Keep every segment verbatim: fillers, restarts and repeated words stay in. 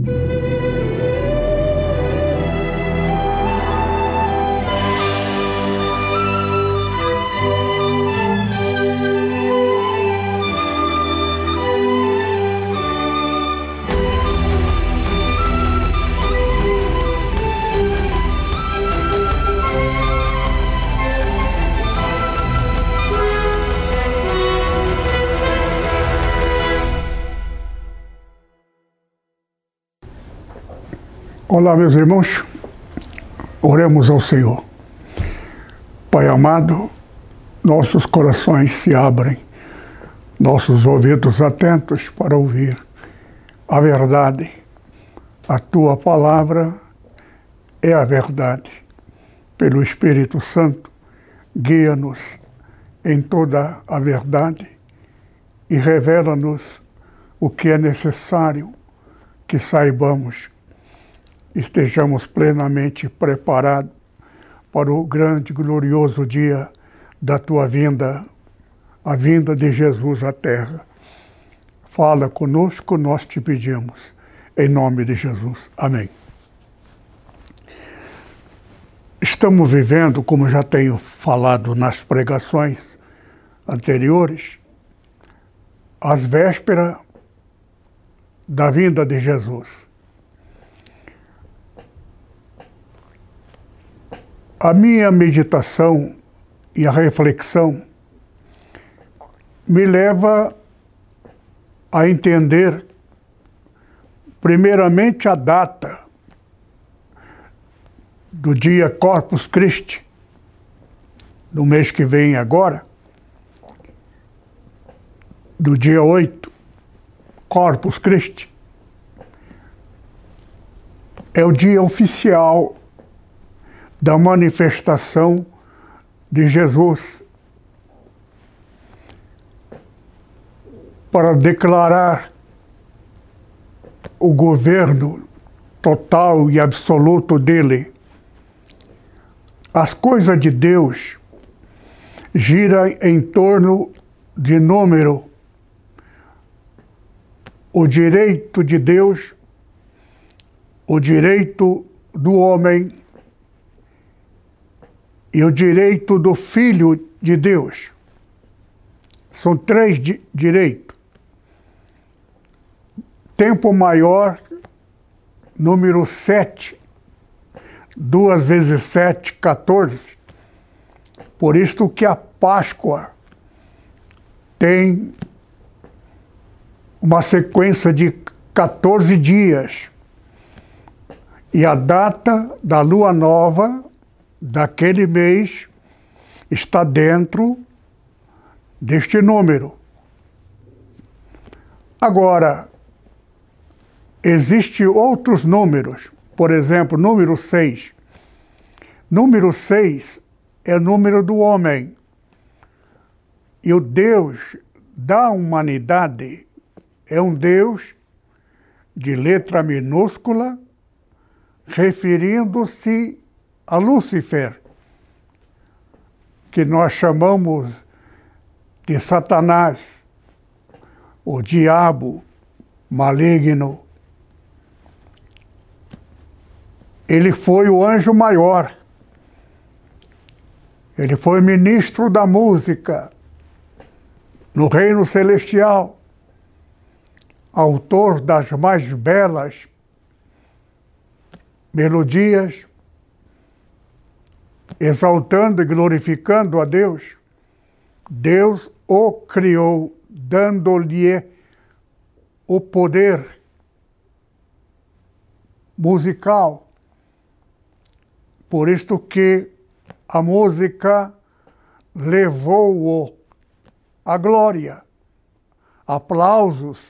Olá, meus irmãos, oremos ao Senhor. Pai amado, nossos corações se abrem, nossos ouvidos atentos para ouvir a verdade. A Tua palavra é a verdade. Pelo Espírito Santo, guia-nos em toda a verdade e revela-nos o que é necessário que saibamos, estejamos plenamente preparados para o grande e glorioso dia da Tua vinda, a vinda de Jesus à Terra. Fala conosco, nós te pedimos, em nome de Jesus. Amém. Estamos vivendo, como já tenho falado nas pregações anteriores, as vésperas da vinda de Jesus. A minha meditação e a reflexão me leva a entender, primeiramente, a data do dia Corpus Christi, do mês que vem agora, do dia oito, Corpus Christi, é o dia oficial da manifestação de Jesus, para declarar o governo total e absoluto dele. As coisas de Deus giram em torno de número. O direito de Deus, o direito do homem e o direito do Filho de Deus. São três di- direitos. Tempo maior, número sete. Duas vezes sete, quatorze. Por isto que a Páscoa tem uma sequência de quatorze dias. E a data da lua nova daquele mês está dentro deste número. Agora, existem outros números, por exemplo, número seis. Número seis é o número do homem. E o Deus da humanidade é um Deus de letra minúscula, referindo-se a Lúcifer, que nós chamamos de Satanás, o diabo maligno. Ele foi o anjo maior. Ele foi ministro da música no reino celestial, autor das mais belas melodias, exaltando e glorificando a Deus. Deus o criou, dando-lhe o poder musical. Por isto que a música levou-o à glória. Aplausos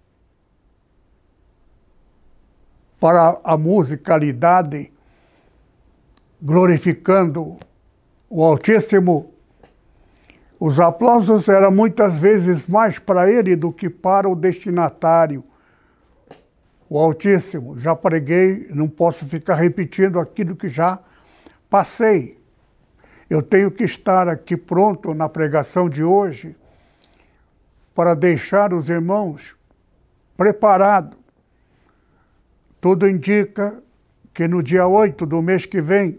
para a musicalidade, glorificando o Altíssimo. Os aplausos eram muitas vezes mais para ele do que para o destinatário, o Altíssimo. Já preguei, não posso ficar repetindo aquilo que já passei. Eu tenho que estar aqui pronto na pregação de hoje para deixar os irmãos preparados tudo indica que no dia oito do mês que vem,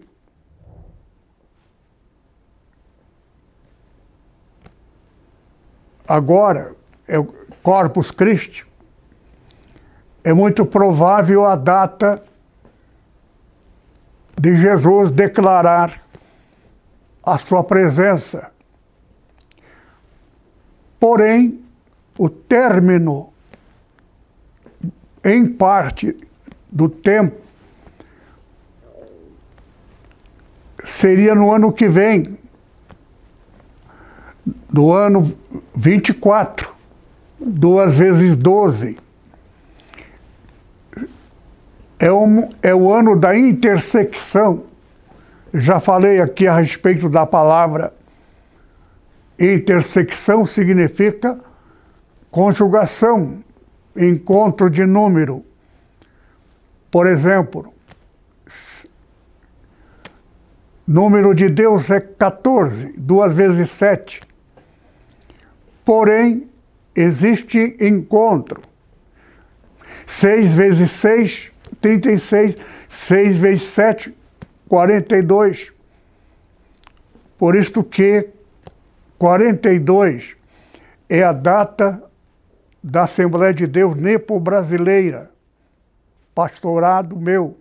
agora, é o Corpus Christi, é muito provável a data de Jesus declarar a sua presença. Porém, o término, em parte, do tempo seria no ano que vem, do ano vinte e quatro, duas vezes doze. É, um, é o ano da intersecção. Já falei aqui a respeito da palavra intersecção, significa conjugação, encontro de número. Por exemplo, número de Deus é quatorze, duas vezes sete. Porém, existe encontro. seis vezes seis, trinta e seis. seis vezes sete, quarenta e dois. Por isto que quarenta e dois é a data da Assembleia de Deus Nepo-Brasileira, pastorado meu.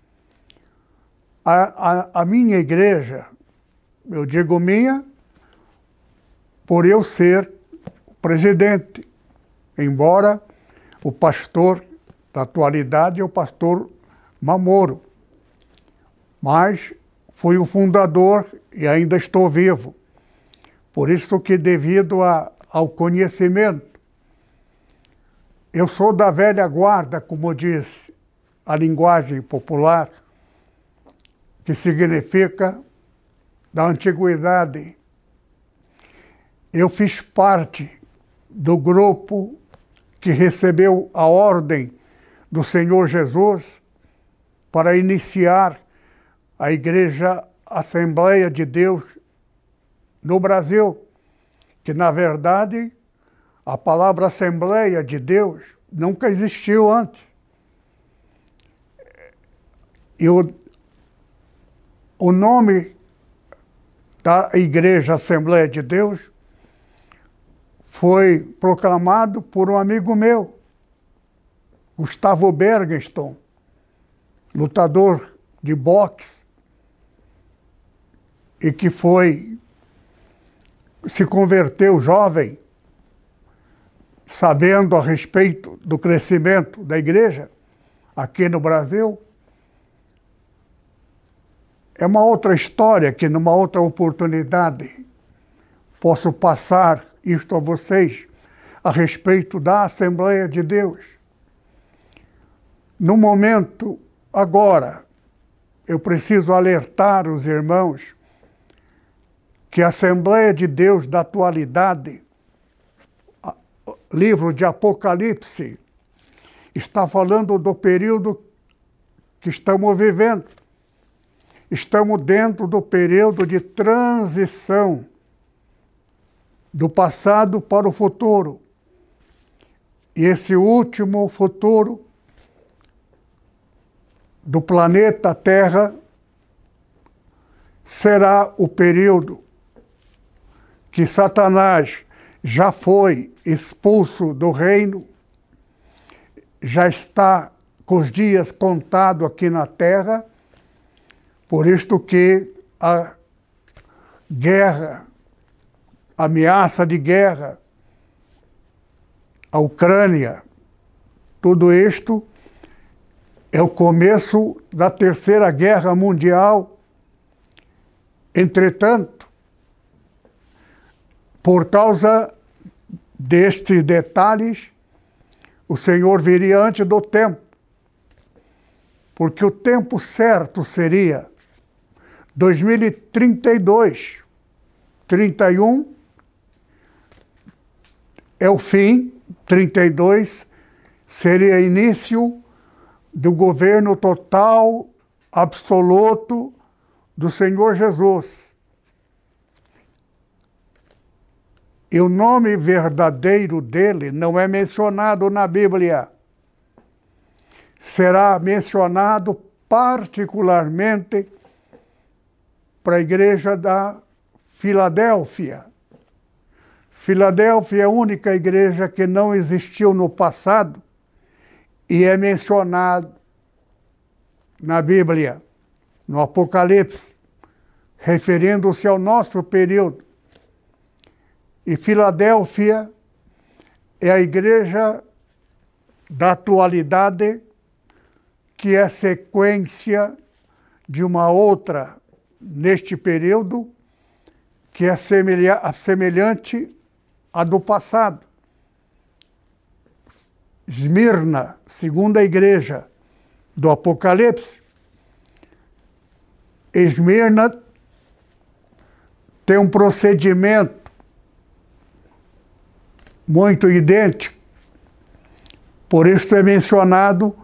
A, a, a minha igreja, eu digo minha, por eu ser o presidente, embora o pastor da atualidade é o pastor Mamoro, mas fui o fundador e ainda estou vivo. Por isso que, devido a, ao conhecimento, eu sou da velha guarda, como diz a linguagem popular, que significa da antiguidade. Eu fiz parte do grupo que recebeu a ordem do Senhor Jesus para iniciar a Igreja Assembleia de Deus no Brasil, que, na verdade, a palavra Assembleia de Deus nunca existiu antes. E o, o nome da Igreja Assembleia de Deus foi proclamado por um amigo meu, Gustavo Bergenston, lutador de boxe, e que foi, se converteu jovem, sabendo a respeito do crescimento da igreja aqui no Brasil. É uma outra história que, numa outra oportunidade, posso passar isto a vocês a respeito da Assembleia de Deus. No momento, agora, eu preciso alertar os irmãos que a Assembleia de Deus da atualidade, livro de Apocalipse, está falando do período que estamos vivendo. Estamos dentro do período de transição do passado para o futuro. E esse último futuro do planeta Terra será o período que Satanás já foi expulso do reino, já está com os dias contados aqui na Terra, por isto que a guerra, a ameaça de guerra, a Ucrânia, tudo isto é o começo da Terceira Guerra Mundial. Entretanto, por causa destes detalhes, o Senhor viria antes do tempo, porque o tempo certo seria dois mil e trinta e dois, trinta e um é o fim, trinta e dois seria início do governo total, absoluto do Senhor Jesus. E o nome verdadeiro dele não é mencionado na Bíblia. será mencionado particularmente para a igreja da Filadélfia. Filadélfia é a única igreja que não existiu no passado e é mencionado na Bíblia, no Apocalipse, referindo-se ao nosso período. E Filadélfia é a igreja da atualidade, que é sequência de uma outra neste período, que é semelhante à do passado. Esmirna, segunda igreja do Apocalipse. Esmirna tem um procedimento muito idêntico, por isso é mencionado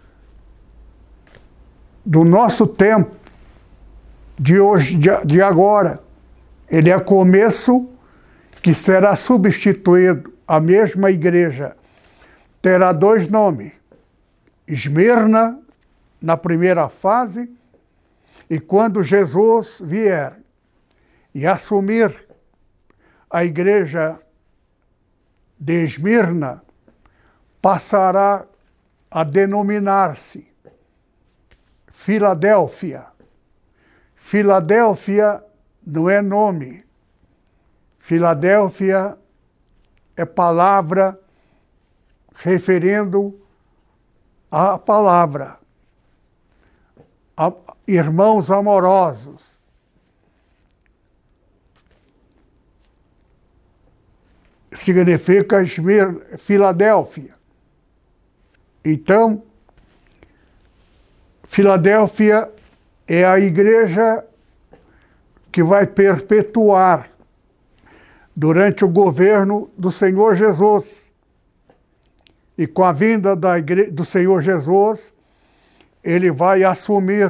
do nosso tempo, de hoje, de, de agora. Ele é começo que será substituído. A mesma igreja terá dois nomes: Esmirna, na primeira fase, e quando Jesus vier e assumir a igreja de Esmirna, passará a denominar-se Filadélfia. Filadélfia não é nome. Filadélfia é palavra referindo à palavra. A, irmãos amorosos. Significa Esmirna, Filadélfia. Então, Filadélfia é a igreja que vai perpetuar durante o governo do Senhor Jesus. E com a vinda da igreja, do Senhor Jesus, ele vai assumir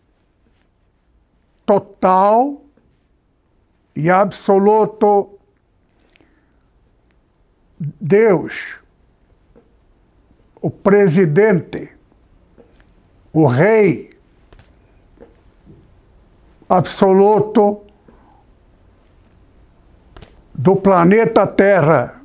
total e absoluto Deus, o presidente, o rei absoluto do planeta Terra.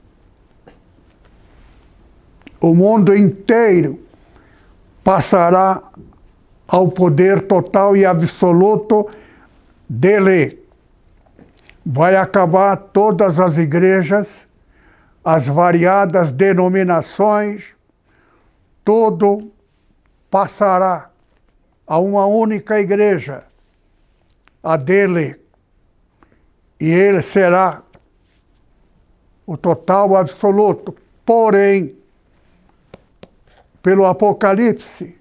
O mundo inteiro passará ao poder total e absoluto dele. Vai acabar todas as igrejas, as variadas denominações, tudo passará a uma única igreja, a dele, e ele será o total absoluto. Porém, pelo Apocalipse,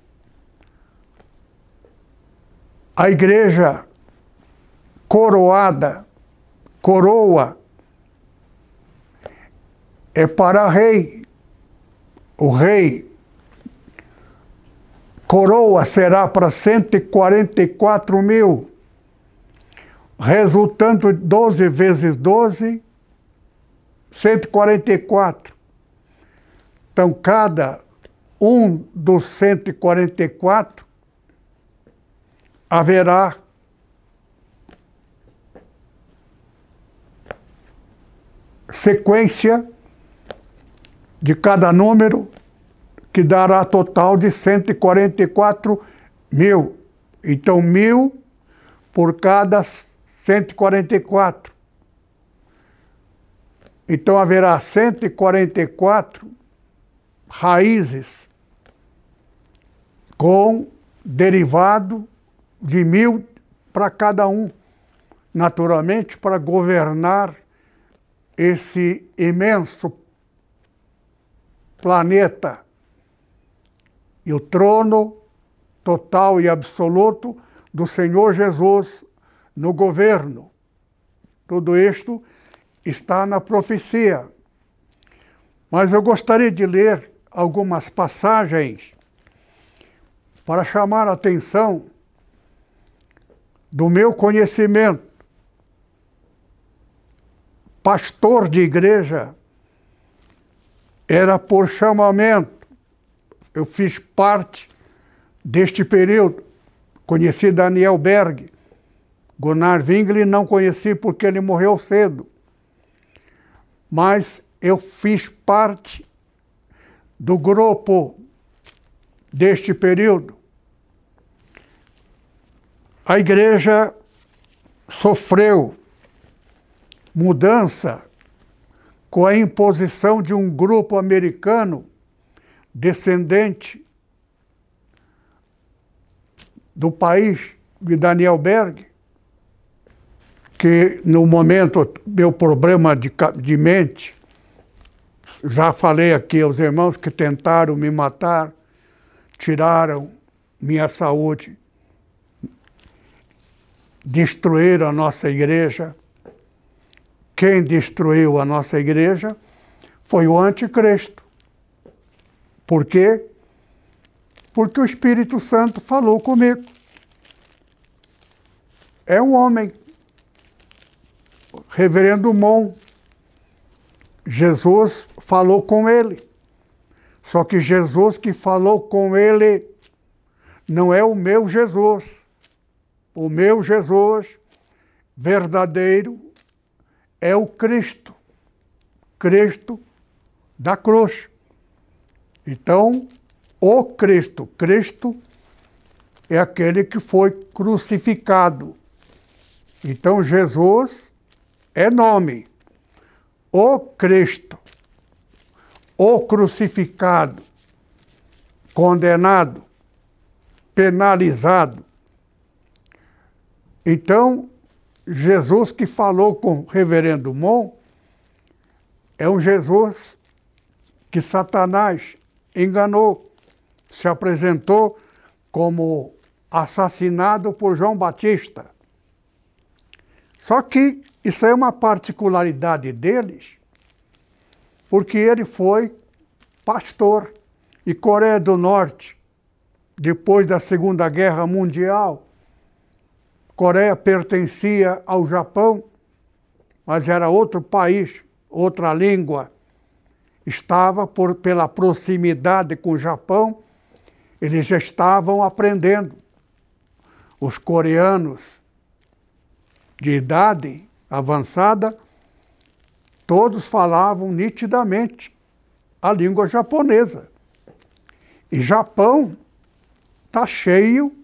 a igreja coroada, coroa, é para rei. O rei, coroa será para cento e quarenta e quatro mil, resultando doze vezes doze, cento e quarenta e quatro. Então, cada um dos cento e quarenta e quatro haverá sequência de cada número, que dará total de cento e quarenta e quatro mil. Então, mil por cada cento e quarenta e quatro. Então, haverá cento e quarenta e quatro raízes com derivado de mil para cada um, naturalmente, para governar esse imenso planeta. E o trono total e absoluto do Senhor Jesus no governo. Tudo isto está na profecia. Mas eu gostaria de ler algumas passagens para chamar a atenção do meu conhecimento. Pastor de igreja era por chamamento. Eu fiz parte deste período. Conheci Daniel Berg. Gunnar Wingli não conheci porque ele morreu cedo. Mas eu fiz parte do grupo deste período. A igreja sofreu mudança com a imposição de um grupo americano descendente do país de Daniel Berg, que no momento meu problema de, de mente, já falei aqui aos irmãos que tentaram me matar, tiraram minha saúde, destruíram a nossa igreja. Quem destruiu a nossa igreja foi o anticristo. Por quê? Porque o Espírito Santo falou comigo. É um homem, Reverendo Mon. Jesus falou com ele. Só que Jesus que falou com ele não é o meu Jesus. O meu Jesus verdadeiro é o Cristo. Cristo da cruz. Então, o Cristo. Cristo é aquele que foi crucificado. Então, Jesus é nome. O Cristo. O crucificado. Condenado. Penalizado. Então, Jesus que falou com o Reverendo Mon é um Jesus que Satanás enganou, se apresentou como assassinado por João Batista. Só que isso é uma particularidade deles, porque ele foi pastor. E Coreia do Norte, depois da Segunda Guerra Mundial, Coreia pertencia ao Japão, mas era outro país, outra língua. Estava, por, pela proximidade com o Japão, eles já estavam aprendendo. Os coreanos de idade avançada, todos falavam nitidamente a língua japonesa. E Japão está cheio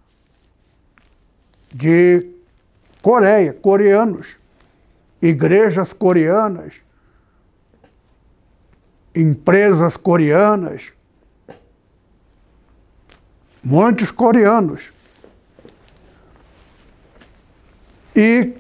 de Coreia, coreanos, igrejas coreanas, empresas coreanas, muitos coreanos. E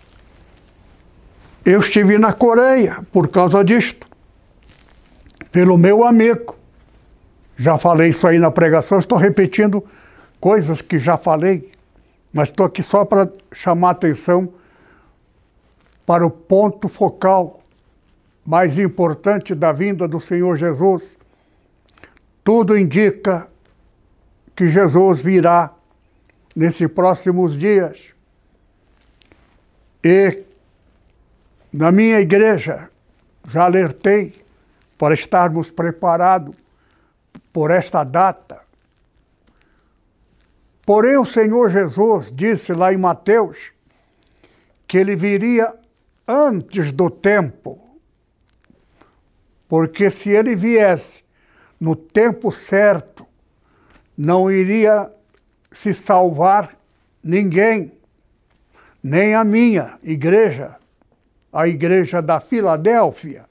eu estive na Coreia por causa disto, pelo meu amigo. Já falei isso aí na pregação, estou repetindo coisas que já falei, mas estou aqui só para chamar a atenção para o ponto focal mais importante da vinda do Senhor Jesus. Tudo indica que Jesus virá nesses próximos dias. E na minha igreja já alertei para estarmos preparados por esta data. Porém, o Senhor Jesus disse lá em Mateus que ele viria antes do tempo, porque se ele viesse no tempo certo, não iria se salvar ninguém, nem a minha igreja, a igreja da Filadélfia.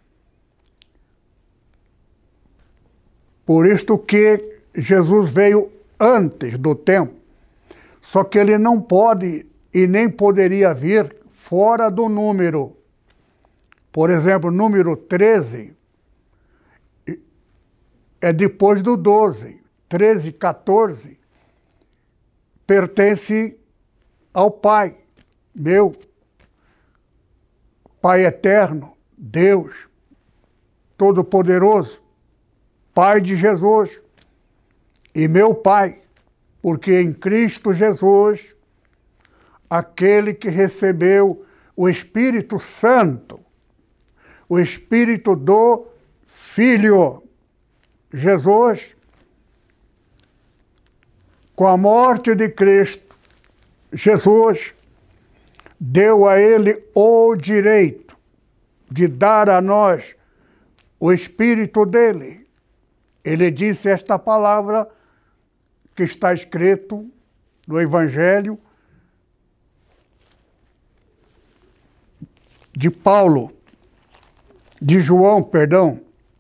Por isto que Jesus veio antes do tempo, só que ele não pode e nem poderia vir fora do número. Por exemplo, o número treze é depois do doze. treze, quatorze pertence ao Pai, meu Pai eterno, Deus Todo-Poderoso, Pai de Jesus e meu Pai, porque em Cristo Jesus, aquele que recebeu o Espírito Santo, o Espírito do Filho, Jesus, com a morte de Cristo, Jesus deu a ele o direito de dar a nós o Espírito dele. Ele disse esta palavra que está escrito no Evangelho de Paulo, de João, perdão,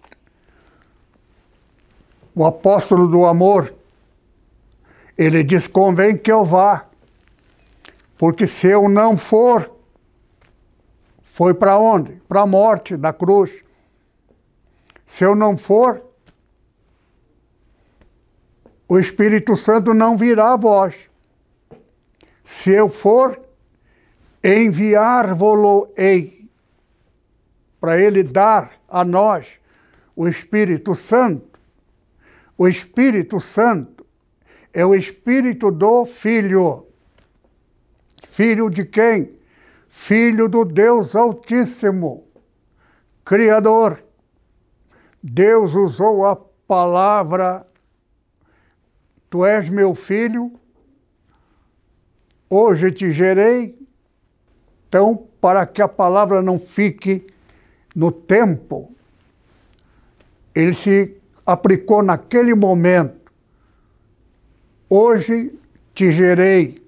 o apóstolo do amor. Ele diz: convém que eu vá, porque se eu não for, foi para onde? Para a morte, da cruz. Se eu não for, o Espírito Santo não virá a vós. Se eu for, enviar-vos-ei, para ele dar a nós o Espírito Santo. O Espírito Santo é o Espírito do Filho. Filho de quem? Filho do Deus Altíssimo, Criador. Deus usou a palavra: tu és meu filho, hoje te gerei. Então, para que a palavra não fique no tempo, ele se aplicou naquele momento. Hoje te gerei,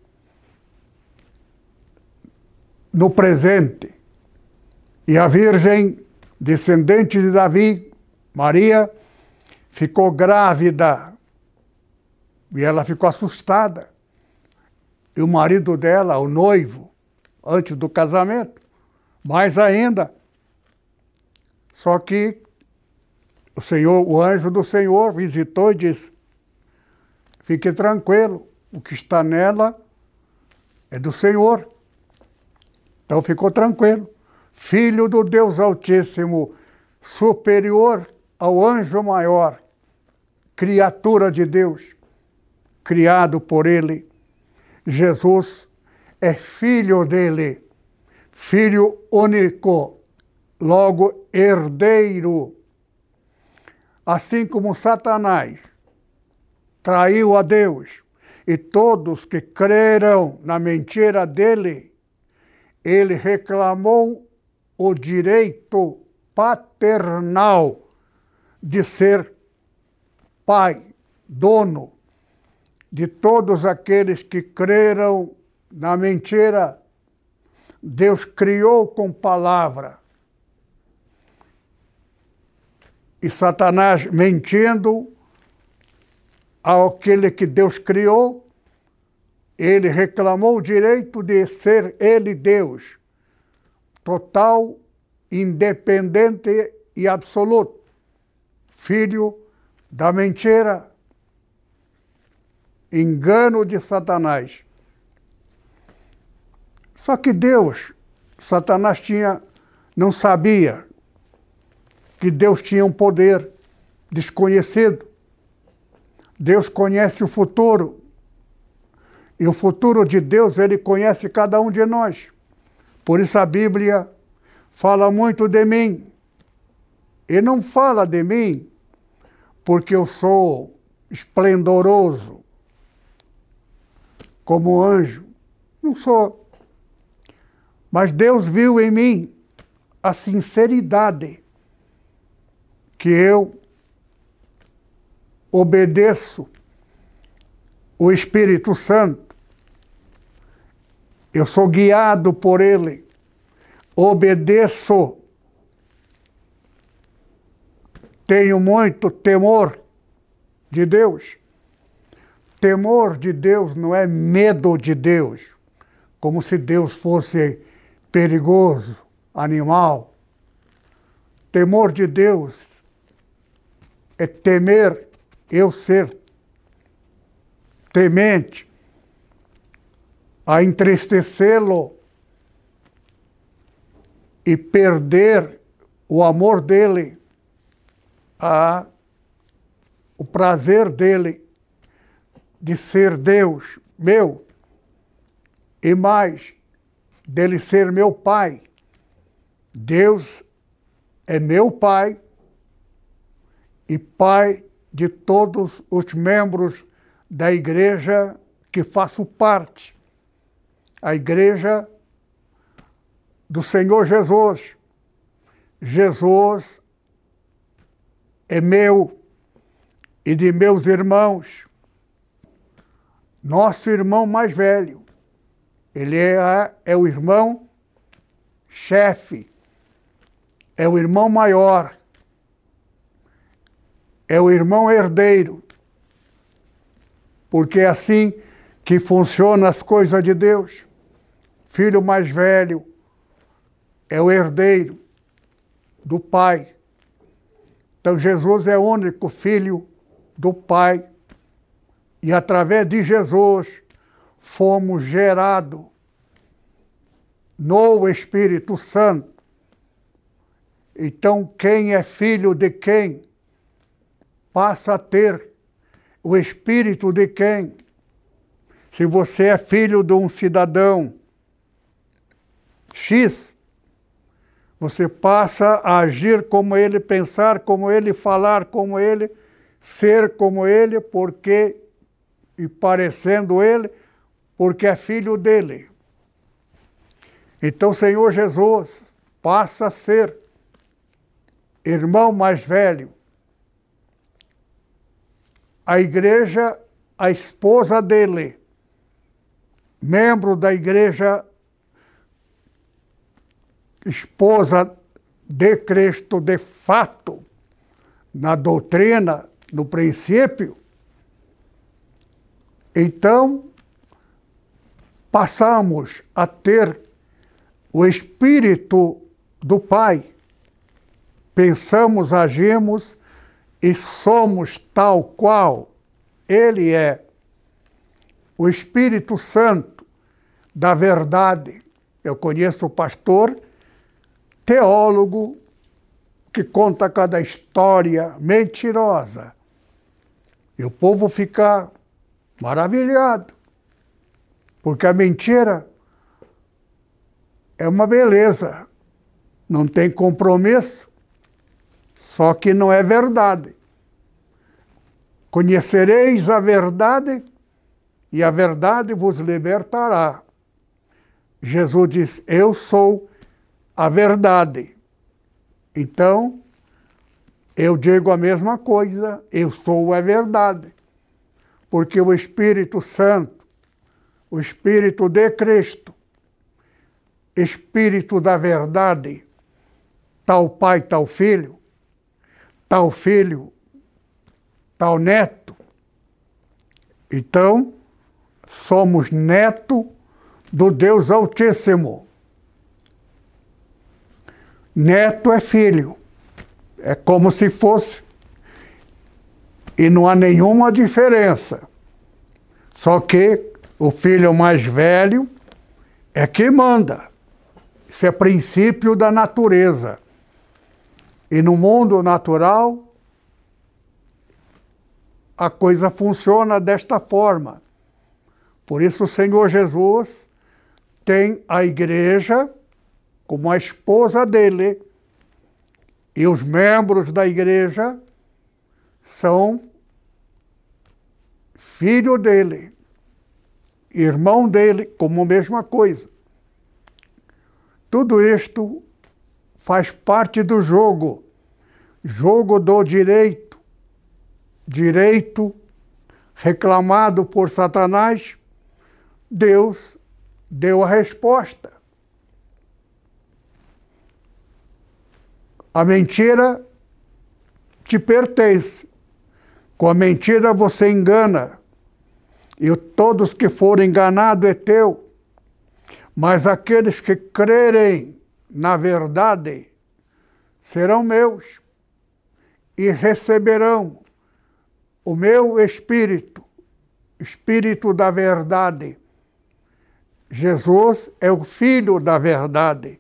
no presente. E a Virgem, descendente de Davi, Maria, ficou grávida. E ela ficou assustada. E o marido dela, o noivo, antes do casamento, mais ainda. Só que o Senhor, o anjo do Senhor visitou e disse: fique tranquilo, o que está nela é do Senhor. Então ficou tranquilo. Filho do Deus Altíssimo, superior ao anjo maior, criatura de Deus, criado por ele. Jesus é filho dele, filho único, logo herdeiro. Assim como Satanás traiu a Deus, e todos que creram na mentira dele, ele reclamou o direito paternal de ser pai, dono de todos aqueles que creram na mentira. Deus criou com palavra. E Satanás, mentindo àquele que Deus criou, ele reclamou o direito de ser ele Deus, total, independente e absoluto, filho da mentira, engano de Satanás. Só que Deus, Satanás tinha, não sabia que Deus tinha um poder desconhecido. Deus conhece o futuro. E o futuro de Deus, ele conhece cada um de nós. Por isso a Bíblia fala muito de mim. E não fala de mim porque eu sou esplendoroso, como anjo. Não sou. Mas Deus viu em mim a sinceridade, que eu obedeço o Espírito Santo. Eu sou guiado por ele, obedeço, tenho muito temor de Deus. Temor de Deus não é medo de Deus, como se Deus fosse perigoso, animal. Temor de Deus é temer eu ser temente, a entristecê-lo e perder o amor dele, a, o prazer dele de ser Deus meu, e mais, dele ser meu Pai. Deus é meu Pai e Pai de todos os membros da igreja que faço parte, a igreja do Senhor Jesus. Jesus é meu e de meus irmãos. Nosso irmão mais velho, ele é, é o irmão chefe, é o irmão maior, é o irmão herdeiro, porque é assim que funcionam as coisas de Deus. Filho mais velho é o herdeiro do Pai. Então Jesus é o único filho do Pai. E através de Jesus fomos gerados no Espírito Santo. Então quem é filho de quem passa a ter o Espírito de quem? Se você é filho de um cidadão X, você passa a agir como ele, pensar como ele, falar como ele, ser como ele, porque e parecendo ele, porque é filho dele. Então o Senhor Jesus passa a ser irmão mais velho. A igreja, a esposa dele, membro da igreja, esposa de Cristo de fato, na doutrina, no princípio. Então, passamos a ter o Espírito do Pai. Pensamos, agimos e somos tal qual Ele é. O Espírito Santo da verdade. Eu conheço o pastor, teólogo, que conta cada história mentirosa. E o povo fica maravilhado, porque a mentira é uma beleza, não tem compromisso, só que não é verdade. Conhecereis a verdade e a verdade vos libertará. Jesus diz, eu sou a verdade. Então, eu digo a mesma coisa, eu sou a verdade. Porque o Espírito Santo, o Espírito de Cristo, Espírito da verdade, tal pai, tal filho, tal filho, tal neto. Então, somos neto do Deus Altíssimo. Neto é filho, é como se fosse. E não há nenhuma diferença. Só que o filho mais velho é que manda. Isso é princípio da natureza. E no mundo natural, a coisa funciona desta forma. Por isso o Senhor Jesus tem a igreja como a esposa dele. E os membros da igreja são filho dele, irmão dele, como a mesma coisa. Tudo isto faz parte do jogo, jogo do direito, direito reclamado por Satanás. Deus deu a resposta. A mentira te pertence. Com a mentira você engana, e todos que forem enganados é teu. Mas aqueles que crerem na verdade serão meus e receberão o meu Espírito, Espírito da verdade. Jesus é o Filho da verdade.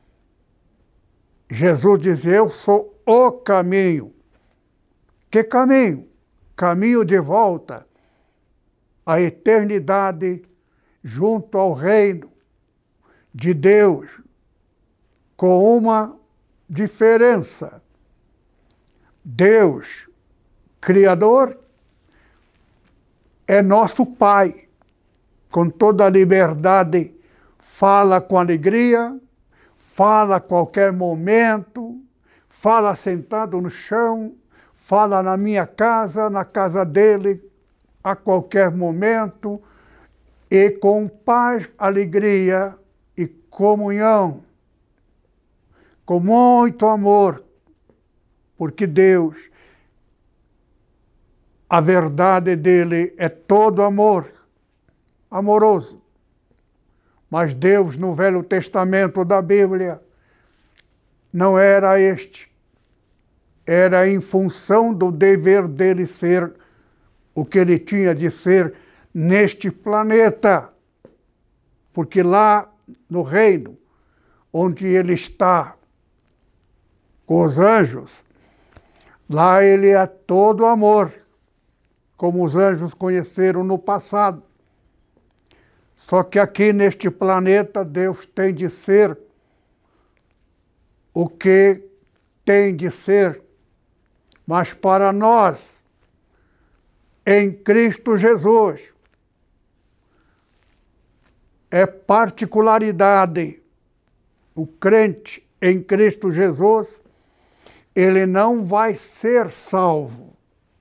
Jesus diz, eu sou o caminho. Que caminho? Caminho de volta à eternidade, junto ao reino de Deus, com uma diferença. Deus, Criador, é nosso Pai, com toda a liberdade, fala com alegria, fala a qualquer momento, fala sentado no chão, fala na minha casa, na casa dele, a qualquer momento, e com paz, alegria e comunhão, com muito amor, porque Deus, a verdade dele é todo amor, amoroso. Mas Deus, no Velho Testamento da Bíblia, não era este. Era em função do dever dele ser o que ele tinha de ser neste planeta. Porque lá no reino, onde ele está com os anjos, lá ele é todo amor, como os anjos conheceram no passado. Só que aqui neste planeta, Deus tem de ser o que tem de ser. Mas para nós, em Cristo Jesus, é particularidade. O crente em Cristo Jesus, ele não vai ser salvo.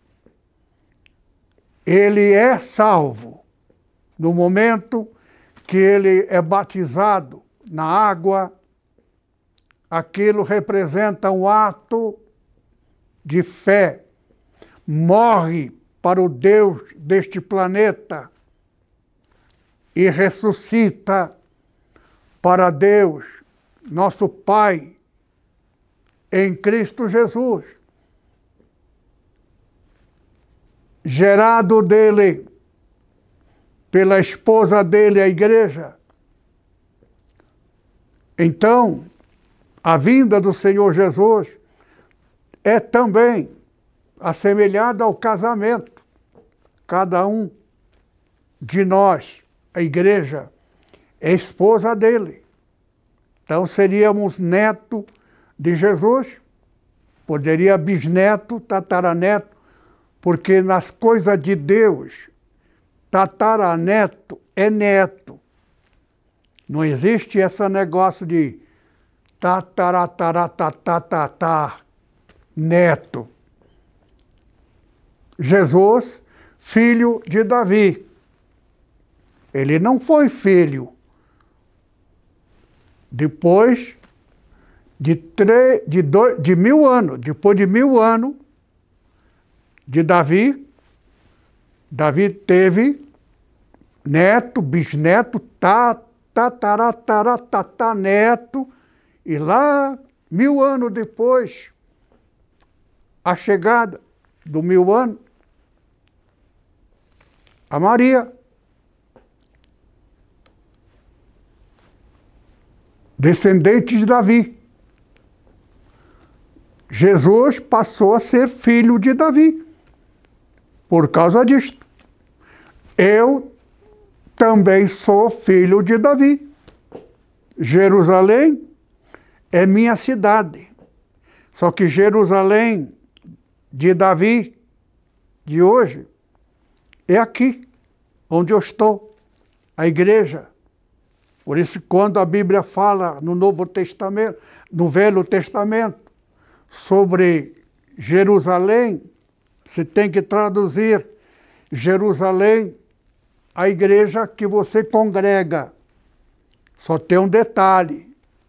Ele é salvo no momento que ele é batizado na água. Aquilo representa um ato de fé. Morre para o Deus deste planeta e ressuscita para Deus, nosso Pai, em Cristo Jesus. Gerado dele, pela esposa dele, a igreja. Então, a vinda do Senhor Jesus é também assemelhada ao casamento. Cada um de nós, a igreja, é esposa dele. Então seríamos neto de Jesus, poderia bisneto, tataraneto, porque nas coisas de Deus, tataraneto é neto. Não existe esse negócio de tataratatatatatá, neto. Jesus, filho de Davi. Ele não foi filho. Depois de, tre... de, dois... de mil anos, depois de mil anos de Davi, Davi teve neto, bisneto, tataratatataneto, e lá, mil anos depois, a chegada do mil anos, a Maria, descendente de Davi. Jesus passou a ser filho de Davi, por causa disto. Eu também sou filho de Davi. Jerusalém é minha cidade. Só que Jerusalém de Davi, de hoje, é aqui, onde eu estou, a igreja. Por isso, quando a Bíblia fala no Novo Testamento, no Velho Testamento, sobre Jerusalém, você tem que traduzir Jerusalém, a igreja que você congrega. Só tem um detalhe.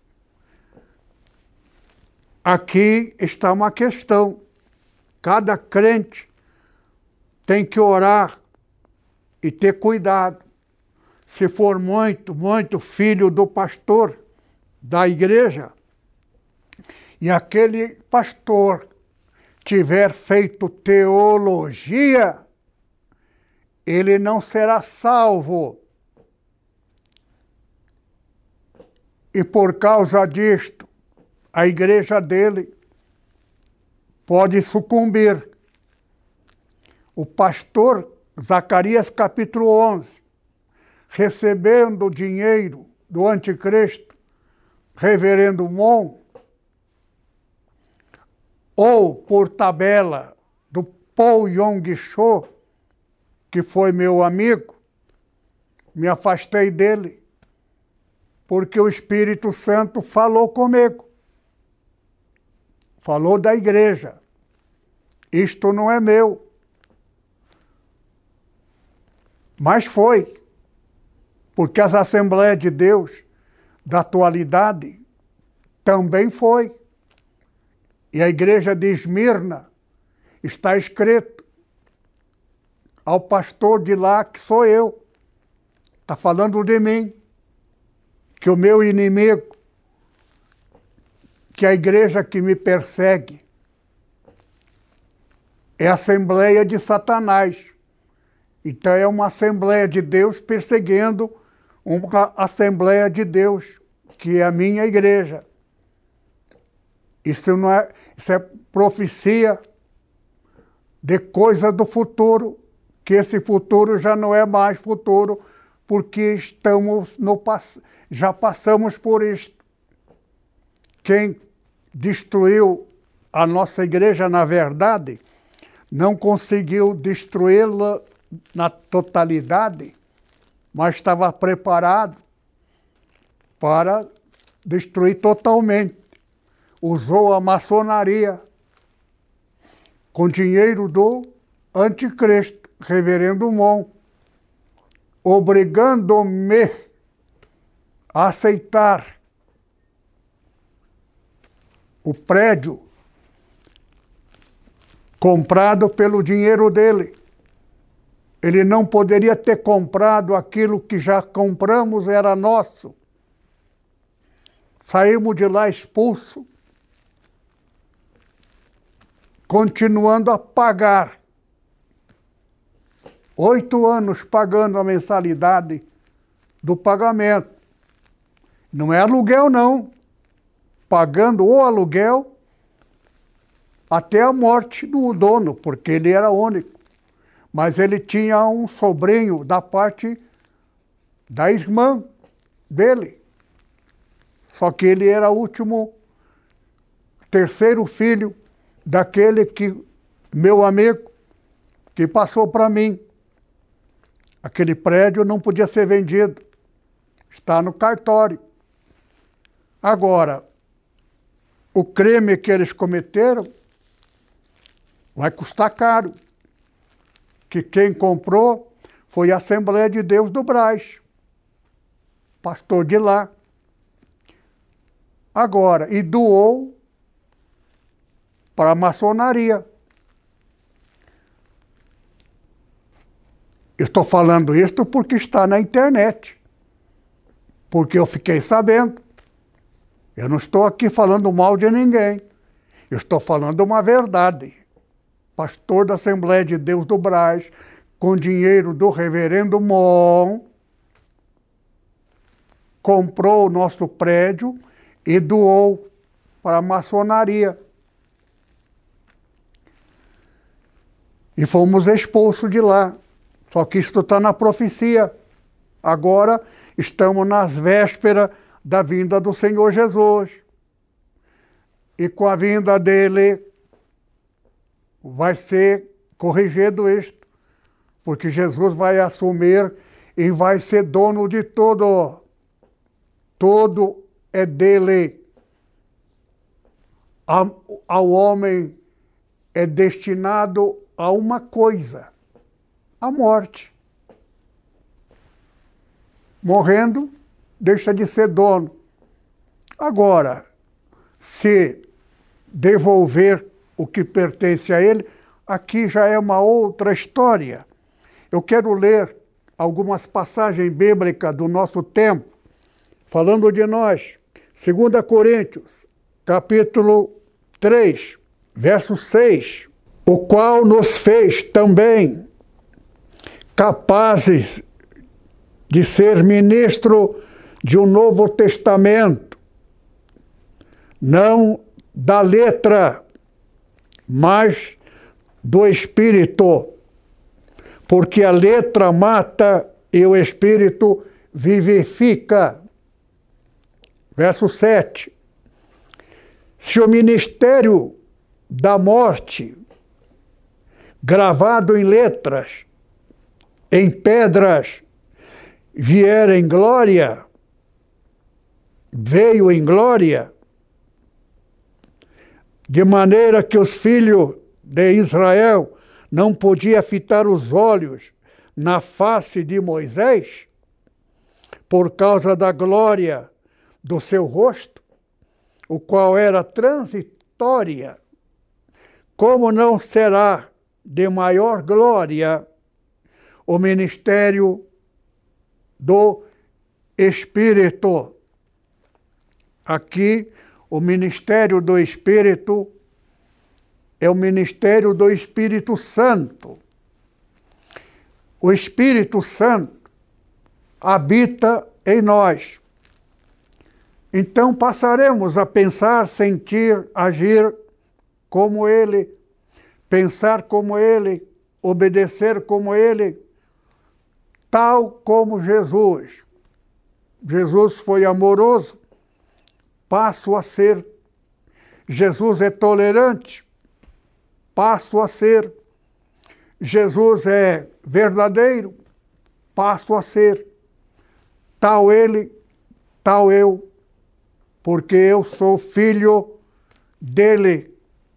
Aqui está uma questão. Cada crente tem que orar e ter cuidado. Se for muito, muito filho do pastor da igreja, e aquele pastor tiver feito teologia, ele não será salvo. E por causa disto, a igreja dele pode sucumbir. O pastor, Zacarias capítulo onze, recebendo dinheiro do anticristo, reverendo Mon, ou por tabela do Paul Yong-Cho, que foi meu amigo, me afastei dele, porque o Espírito Santo falou comigo. Falou da igreja. Isto não é meu. Mas foi. Porque as Assembleias de Deus da atualidade também foi. E a igreja de Esmirna está escrito ao pastor de lá, que sou eu. Está falando de mim. Que o meu inimigo, que a igreja que me persegue, é a Assembleia de Satanás. Então é uma Assembleia de Deus perseguindo uma Assembleia de Deus, que é a minha igreja. Isso não é, isso é profecia de coisa do futuro, que esse futuro já não é mais futuro, porque estamos no, já passamos por isto. Quem destruiu a nossa igreja, na verdade, não conseguiu destruí-la na totalidade, mas estava preparado para destruir totalmente. Usou a maçonaria com dinheiro do anticristo, reverendo Mon, obrigando-me a aceitar o prédio comprado pelo dinheiro dele. Ele não poderia ter comprado aquilo que já compramos, era nosso. Saímos de lá expulso, continuando a pagar. Oito anos pagando a mensalidade do pagamento. Não é aluguel, não. Pagando o aluguel até a morte do dono, porque ele era único. Mas ele tinha um sobrinho da parte da irmã dele. Só que ele era o último, terceiro filho daquele que, meu amigo, que passou para mim. Aquele prédio não podia ser vendido. Está no cartório. Agora, o crime que eles cometeram vai custar caro. Que quem comprou foi a Assembleia de Deus do Brás, pastor de lá. Agora, e doou para a maçonaria. Eu estou falando isto porque está na internet, porque eu fiquei sabendo. Eu não estou aqui falando mal de ninguém. Eu estou falando uma verdade. Pastor da Assembleia de Deus do Brás, com dinheiro do reverendo Mon, comprou o nosso prédio e doou para a maçonaria. E fomos expulsos de lá. Só que isto está na profecia. Agora estamos nas vésperas da vinda do Senhor Jesus. E com a vinda dele vai ser corrigido isto. Porque Jesus vai assumir e vai ser dono de tudo. Tudo é dele. Ao homem é destinado a uma coisa, a morte. Morrendo, deixa de ser dono. Agora, se devolver o que pertence a ele, aqui já é uma outra história. Eu quero ler algumas passagens bíblicas do nosso tempo, falando de nós. Segunda Coríntios, capítulo três, verso seis. O qual nos fez também capazes de ser ministro de um novo testamento, não da letra, mas do Espírito, porque a letra mata e o Espírito vivifica. Verso sete. Se o ministério da morte, gravado em letras, em pedras, vier em glória, veio em glória, de maneira que os filhos de Israel não podiam fitar os olhos na face de Moisés, por causa da glória do seu rosto, o qual era transitória, como não será de maior glória o ministério do Espírito. Aqui, o ministério do Espírito é o ministério do Espírito Santo. O Espírito Santo habita em nós. Então passaremos a pensar, sentir, agir como Ele, pensar como Ele, obedecer como Ele, tal como Jesus. Jesus foi amoroso, passo a ser. Jesus é tolerante, passo a ser. Jesus é verdadeiro, passo a ser. Tal Ele, tal eu, porque eu sou filho dele.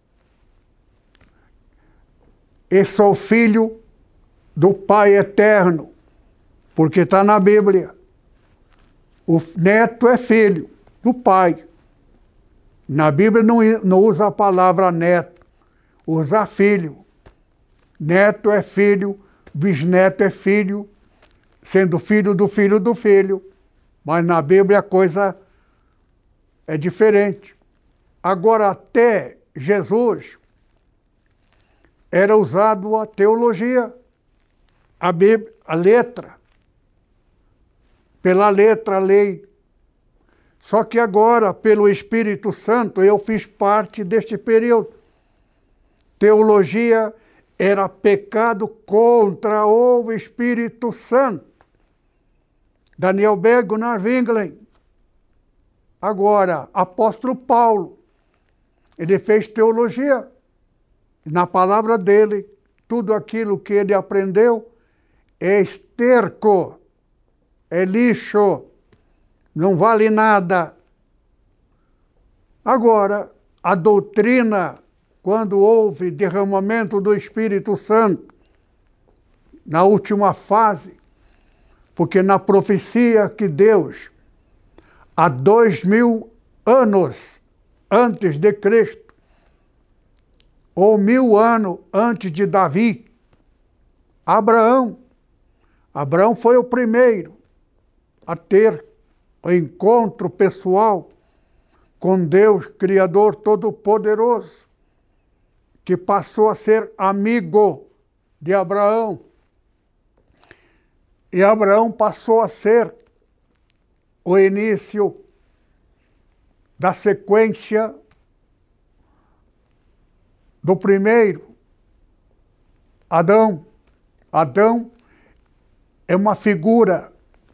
E sou filho do Pai eterno, porque está na Bíblia. O neto é filho do Pai. Na Bíblia não, não usa a palavra neto, usa filho. Neto é filho, bisneto é filho, sendo filho do filho do filho. Mas na Bíblia a coisa é diferente. Agora, até Jesus, era usado a teologia, a Bíblia, a letra, pela letra, a lei. Só que agora, pelo Espírito Santo, eu fiz parte deste período. Teologia era pecado contra o Espírito Santo. Daniel Bego, Narvinglen. Agora, apóstolo Paulo, ele fez teologia. Na palavra dele, tudo aquilo que ele aprendeu é esterco, é lixo, não vale nada. Agora, a doutrina, quando houve derramamento do Espírito Santo, na última fase, porque na profecia que Deus, há dois mil anos antes de Cristo, ou mil anos antes de Davi, Abraão, Abraão foi o primeiro a ter o encontro pessoal com Deus, Criador Todo-Poderoso, que passou a ser amigo de Abraão. E Abraão passou a ser o início da sequência do primeiro, Adão. Adão é uma figura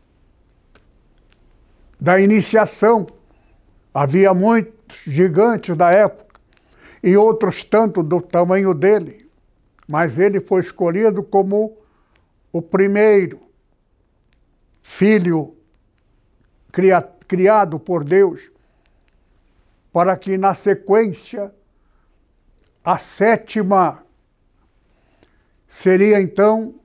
da iniciação. Havia muitos gigantes da época e outros tanto do tamanho dele, mas ele foi escolhido como o primeiro filho criado por Deus, para que na sequência a sétima seria então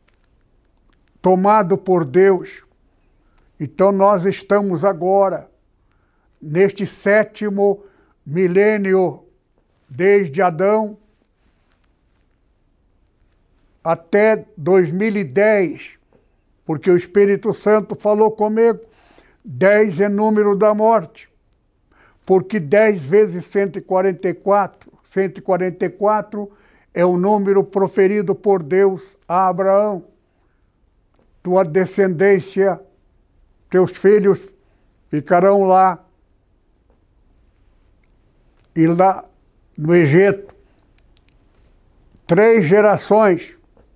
tomado por Deus. Então nós estamos agora neste sétimo milênio, desde Adão até dois mil e dez, porque o Espírito Santo falou comigo, dez é número da morte, porque dez vezes cento e quarenta e quatro, cento e quarenta e quatro é o número proferido por Deus a Abraão. Tua descendência, teus filhos ficarão lá, e lá no Egito, três gerações,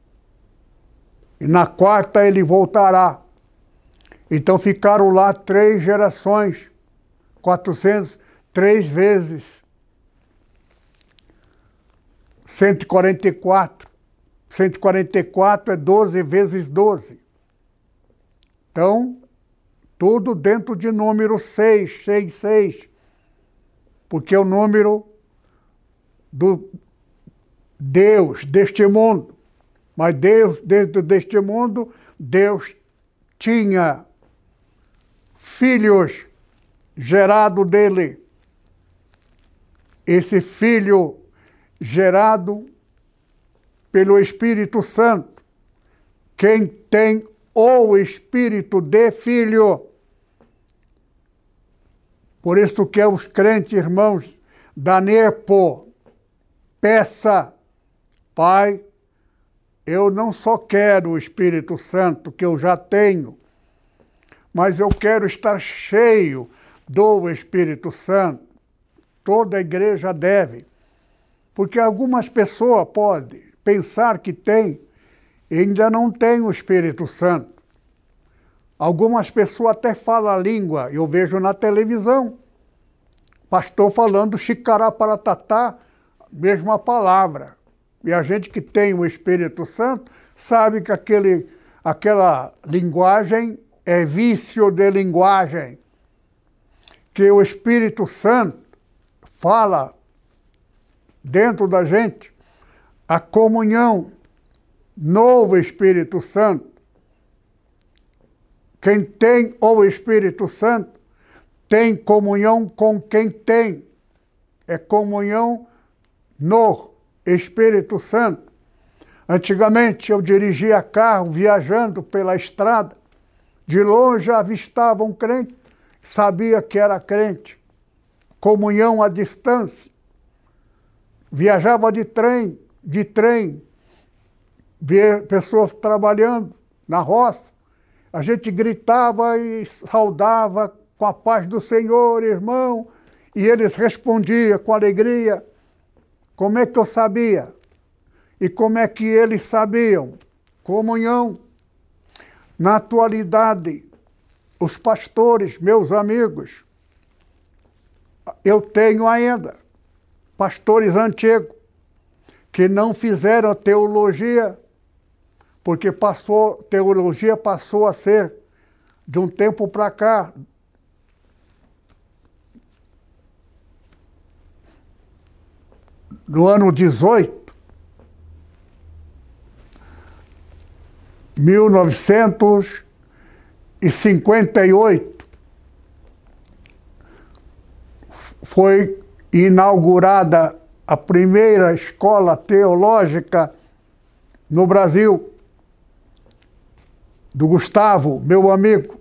e na quarta ele voltará. Então ficaram lá três gerações, quatrocentos, três vezes cento e quarenta e quatro, cento e quarenta e quatro é doze vezes doze. Então, tudo dentro de número seis, seis, seis. Porque é o número do Deus deste mundo. Mas Deus, dentro deste mundo, Deus tinha filhos gerados dele. Esse filho gerado pelo Espírito Santo. Quem tem o Espírito de Filho. Por isso que os crentes, irmãos da Nepo, peça, Pai, eu não só quero o Espírito Santo, que eu já tenho, mas eu quero estar cheio do Espírito Santo. Toda a igreja deve. Porque algumas pessoas podem pensar que tem e ainda não tem o Espírito Santo. Algumas pessoas até falam a língua, eu vejo na televisão. Pastor falando xicará para tatá, mesma palavra. E a gente que tem o Espírito Santo sabe que aquele, aquela linguagem é vício de linguagem. Que o Espírito Santo fala dentro da gente a comunhão no Espírito Santo. Quem tem o Espírito Santo tem comunhão com quem tem. É comunhão no Espírito Santo. Antigamente eu dirigia carro viajando pela estrada. De longe avistava um crente, sabia que era crente. Comunhão à distância. Viajava de trem, de trem, via pessoas trabalhando na roça. A gente gritava e saudava com a paz do Senhor, irmão, e eles respondiam com alegria. Como é que eu sabia? E como é que eles sabiam? Comunhão. Na atualidade, os pastores, meus amigos, eu tenho ainda pastores antigos que não fizeram teologia, porque passou, teologia passou a ser, de um tempo para cá, no ano dezoito, mil novecentos e cinquenta e oito, foi inaugurada a primeira escola teológica no Brasil, do Gustavo, meu amigo.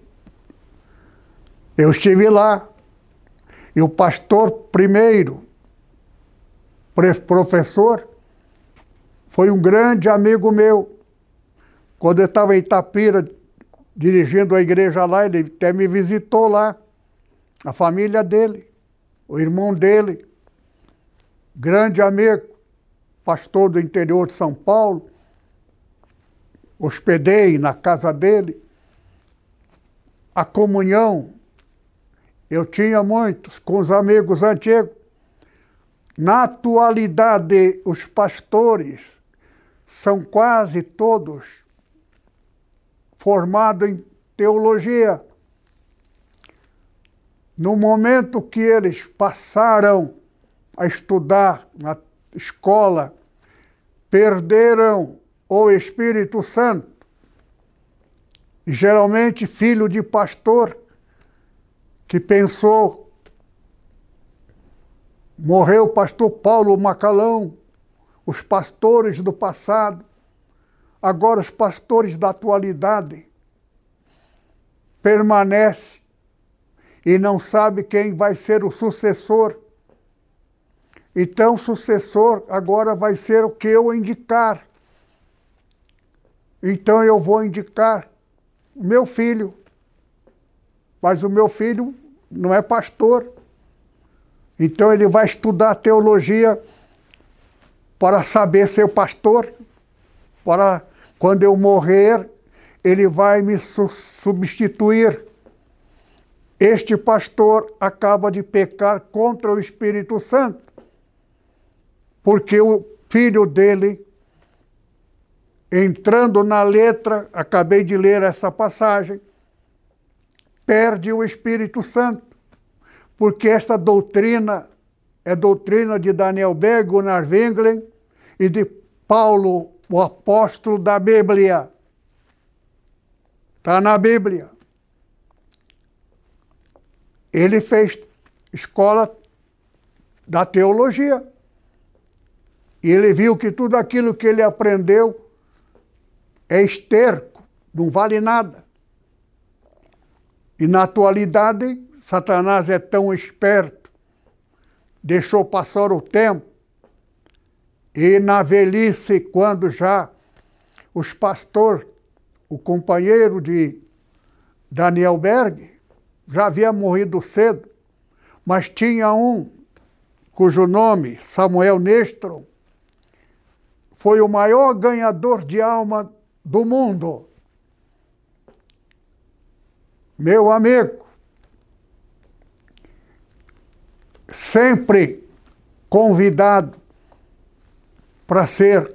Eu estive lá, e o pastor primeiro, professor, foi um grande amigo meu. Quando eu estava em Itapira, dirigindo a igreja lá, ele até me visitou lá, a família dele, o irmão dele, grande amigo, pastor do interior de São Paulo. Hospedei na casa dele. A comunhão, eu tinha muitos com os amigos antigos. Na atualidade, os pastores são quase todos formados em teologia. No momento que eles passaram a estudar na escola, perderam o Espírito Santo. E geralmente filho de pastor que pensou, morreu o pastor Paulo Macalão, os pastores do passado, agora os pastores da atualidade permanecem e não sabe quem vai ser o sucessor. Então o sucessor agora vai ser o que eu indicar. Então eu vou indicar o meu filho. Mas o meu filho não é pastor. Então ele vai estudar teologia para saber ser pastor. Para quando eu morrer, ele vai me su- substituir. Este pastor acaba de pecar contra o Espírito Santo, porque o filho dele entrando na letra, acabei de ler essa passagem, perde o Espírito Santo, porque esta doutrina é doutrina de Daniel Berg, Gunnar Wenglen e de Paulo, o apóstolo da Bíblia. Está na Bíblia. Ele fez escola da teologia. E ele viu que tudo aquilo que ele aprendeu é esterco, não vale nada. E na atualidade, Satanás é tão esperto, deixou passar o tempo, e na velhice, quando já os pastores, o companheiro de Daniel Berg, já havia morrido cedo, mas tinha um cujo nome, Samuel Nestron, foi o maior ganhador de alma do mundo. Meu amigo, sempre convidado para ser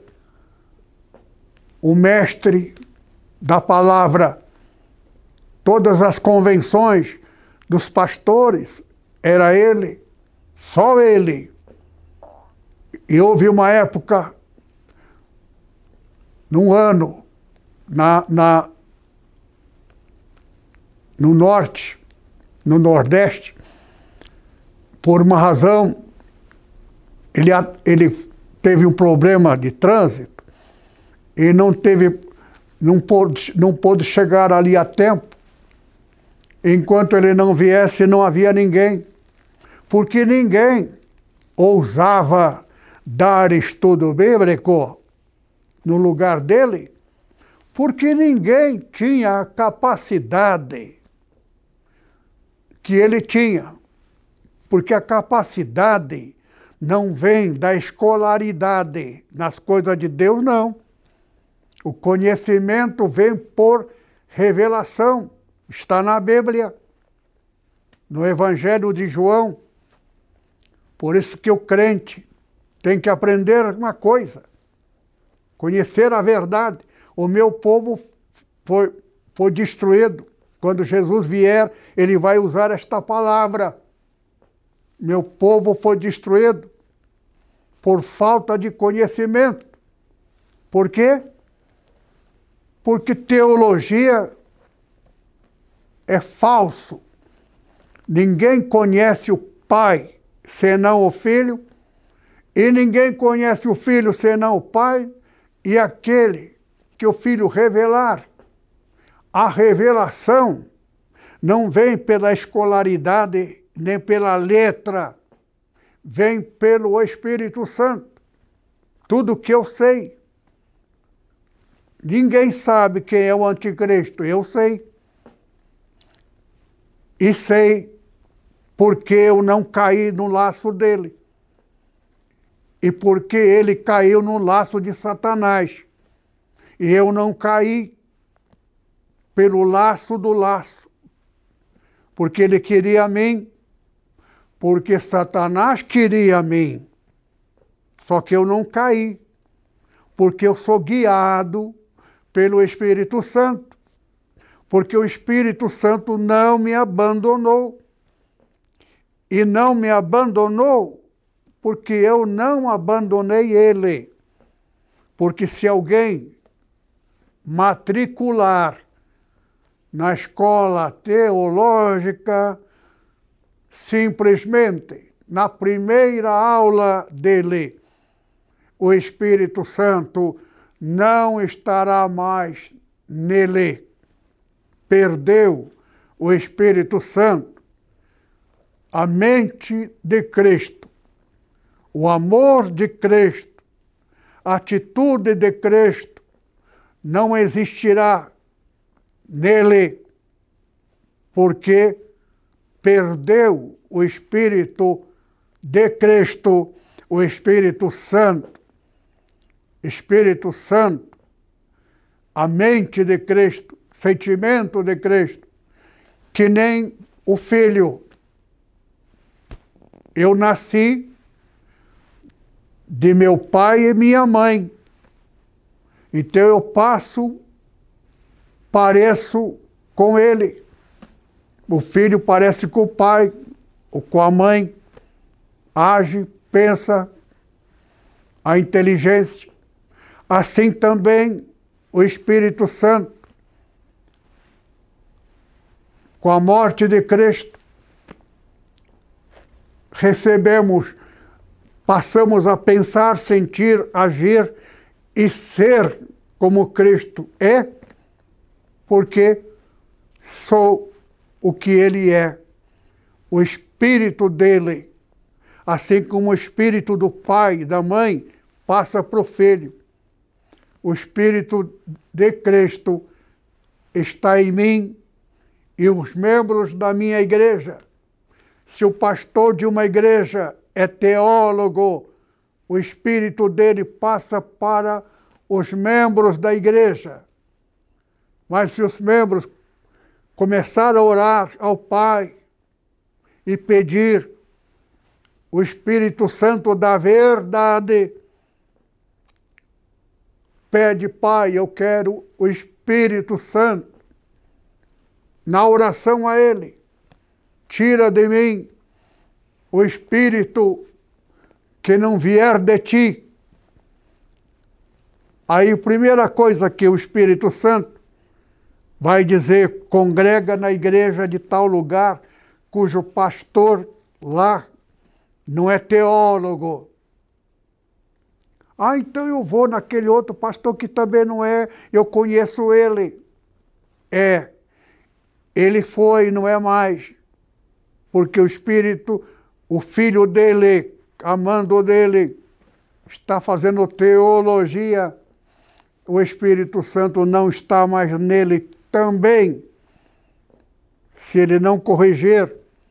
o mestre da palavra. Todas as convenções dos pastores, era ele, só ele. E houve uma época, num ano, na, na, no norte, no nordeste, por uma razão, ele, ele teve um problema de trânsito e não teve, não pôde, não pôde chegar ali a tempo. Enquanto ele não viesse, não havia ninguém, porque ninguém ousava dar estudo bíblico no lugar dele, porque ninguém tinha a capacidade que ele tinha, porque a capacidade não vem da escolaridade nas coisas de Deus, não. O conhecimento vem por revelação. Está na Bíblia, no Evangelho de João. Por isso que o crente tem que aprender uma coisa, conhecer a verdade. O meu povo foi, foi destruído. Quando Jesus vier, ele vai usar esta palavra. Meu povo foi destruído por falta de conhecimento. Por quê? Porque teologia é falso. Ninguém conhece o Pai senão o Filho, e ninguém conhece o Filho senão o Pai, e aquele que o Filho revelar. A revelação não vem pela escolaridade, nem pela letra, vem pelo Espírito Santo. Tudo que eu sei. Ninguém sabe quem é o anticristo, eu sei. E sei porque eu não caí no laço dele. E porque ele caiu no laço de Satanás. E eu não caí pelo laço do laço. Porque ele queria a mim. Porque Satanás queria a mim. Só que eu não caí. Porque eu sou guiado pelo Espírito Santo. Porque o Espírito Santo não me abandonou. E não me abandonou porque eu não abandonei ele. Porque se alguém matricular na escola teológica, simplesmente na primeira aula dele, o Espírito Santo não estará mais nele. Perdeu o Espírito Santo, a mente de Cristo, o amor de Cristo, a atitude de Cristo não existirá nele, porque perdeu o Espírito de Cristo, o Espírito Santo. Espírito Santo, a mente de Cristo, sentimento de Cristo, que nem o Filho. Eu nasci de meu pai e minha mãe. Então eu passo, pareço com ele. O filho parece com o pai, ou com a mãe, age, pensa, a inteligência. Assim também o Espírito Santo, com a morte de Cristo, recebemos, passamos a pensar, sentir, agir e ser como Cristo é, porque sou o que Ele é, o Espírito dele, assim como o Espírito do Pai e da Mãe passa para o Filho. O Espírito de Cristo está em mim e os membros da minha igreja. Se o pastor de uma igreja é teólogo, o Espírito dele passa para os membros da igreja. Mas se os membros começarem a orar ao Pai e pedir o Espírito Santo da verdade, pede, Pai, eu quero o Espírito Santo, na oração a Ele, tira de mim o Espírito que não vier de Ti. Aí a primeira coisa que o Espírito Santo vai dizer, congrega na igreja de tal lugar, cujo pastor lá não é teólogo. Ah, então eu vou naquele outro pastor que também não é, eu conheço ele. É, ele foi, não é mais. Porque o Espírito, o Filho dele, amando dele, está fazendo teologia. O Espírito Santo não está mais nele também. Se ele não corrigir,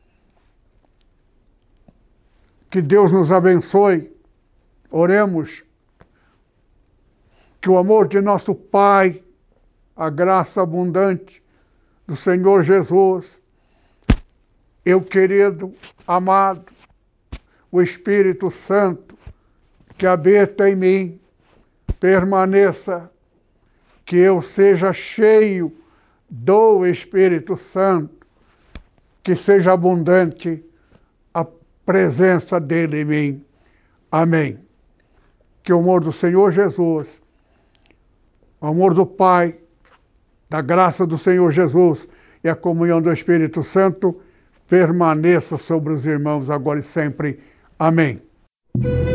que Deus nos abençoe. Oremos. Que o amor de nosso Pai, a graça abundante do Senhor Jesus, eu querido, amado, o Espírito Santo que habita em mim, permaneça, que eu seja cheio do Espírito Santo, que seja abundante a presença dele em mim. Amém. Que o amor do Senhor Jesus, o amor do Pai, da graça do Senhor Jesus e a comunhão do Espírito Santo permaneça sobre os irmãos agora e sempre. Amém.